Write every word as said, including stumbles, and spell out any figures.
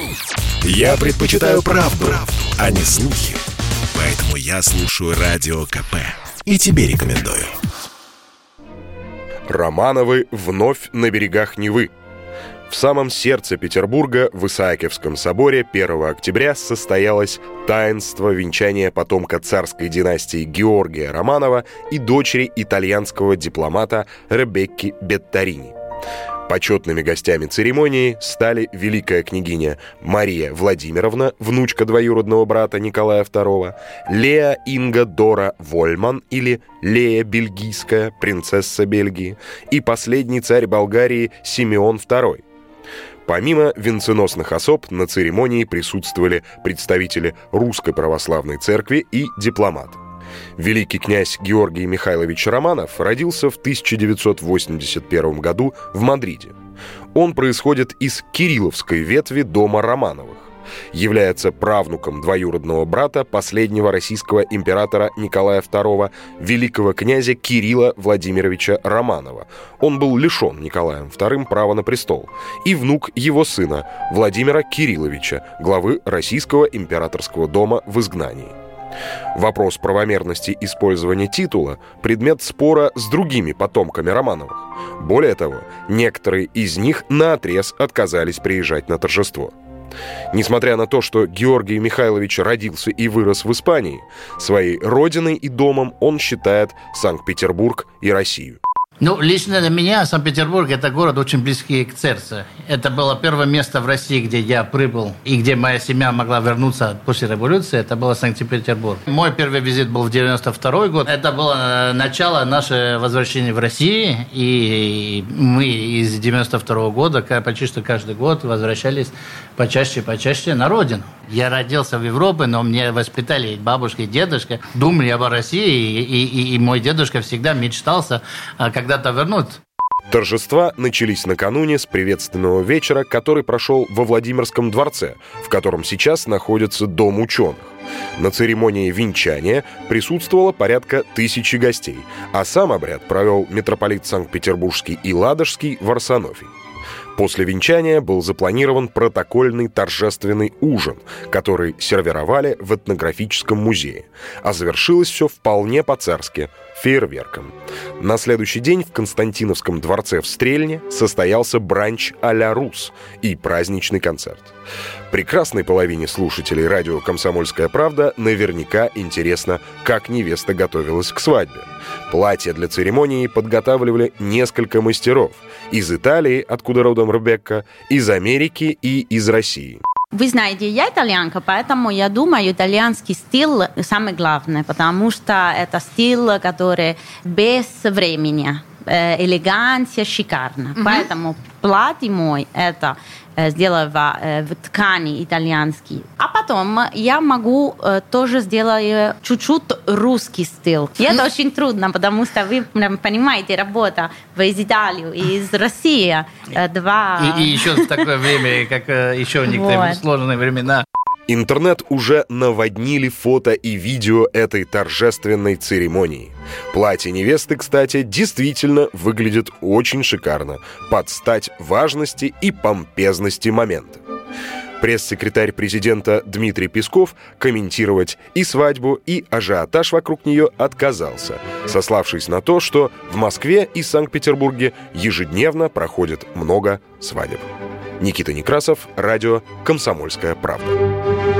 Я предпочитаю правду, правду, а не слухи. Поэтому я слушаю Радио КП. И тебе рекомендую. Романовы вновь на берегах Невы. В самом сердце Петербурга, в Исаакиевском соборе, первого октября состоялось таинство венчания потомка царской династии Георгия Романова и дочери итальянского дипломата Ребекки Беттарини. Почетными гостями церемонии стали великая княгиня Мария Владимировна, внучка двоюродного брата Николая второго, Леа Инга Дора Вольман или Лея Бельгийская, принцесса Бельгии, и последний царь Болгарии Симеон второй. Помимо венценосных особ на церемонии присутствовали представители Русской Православной Церкви и дипломаты. Великий князь Георгий Михайлович Романов родился в тысяча девятьсот восемьдесят первом году в Мадриде. Он происходит из кирилловской ветви дома Романовых. Является правнуком двоюродного брата последнего российского императора Николая второго, великого князя Кирилла Владимировича Романова. Он был лишен Николаем вторым права на престол. И внук его сына Владимира Кирилловича, главы российского императорского дома в изгнании. Вопрос правомерности использования титула – предмет спора с другими потомками Романовых. Более того, некоторые из них наотрез отказались приезжать на торжество. Несмотря на то, что Георгий Михайлович родился и вырос в Испании, своей родиной и домом он считает Санкт-Петербург и Россию. Ну, лично для меня Санкт-Петербург – это город очень близкий к сердцу. Это было первое место в России, где я прибыл, и где моя семья могла вернуться после революции. Это был Санкт-Петербург. Мой первый визит был в девяносто второй год. Это было начало нашего возвращения в Россию, и мы из девяносто второго года почти что каждый год возвращались почаще и почаще на родину. Я родился в Европе, но мне воспитали бабушка и дедушка, думали об России, и, и, и мой дедушка всегда мечтался когда-то вернуть. Торжества начались накануне с приветственного вечера, который прошел во Владимирском дворце, в котором сейчас находится Дом ученых. На церемонии венчания присутствовало порядка тысячи гостей, а сам обряд провел митрополит Санкт-Петербургский и Ладожский Варсонофий. После венчания был запланирован протокольный торжественный ужин, который сервировали в этнографическом музее. А завершилось все вполне по-царски – фейерверком. На следующий день в Константиновском дворце в Стрельне состоялся бранч а-ля Рус и праздничный концерт. Прекрасной половине слушателей радио «Комсомольская правда» наверняка интересно, как невеста готовилась к свадьбе. Платья для церемонии подготавливали несколько мастеров – из Италии, откуда родом Ребекка, из Америки и из России. Вы знаете, я итальянка, поэтому я думаю, итальянский стиль самый главный, потому что это стиль, который без времени, элегантия, шикарно. Mm-hmm. Поэтому платье мой это сделала в ткани итальянский. А потом я могу тоже сделать чуть-чуть русский стиль. И это очень трудно, потому что вы понимаете, работа из Италии и из России. Два... И, и еще в такое время, как еще некоторые вот. Сложные времена. Интернет уже наводнили фото и видео этой торжественной церемонии. Платье невесты, кстати, действительно выглядит очень шикарно, под стать важности и помпезности момента. Пресс-секретарь президента Дмитрий Песков комментировать и свадьбу, и ажиотаж вокруг нее отказался, сославшись на то, что в Москве и Санкт-Петербурге ежедневно проходит много свадеб. Никита Некрасов, радио «Комсомольская правда».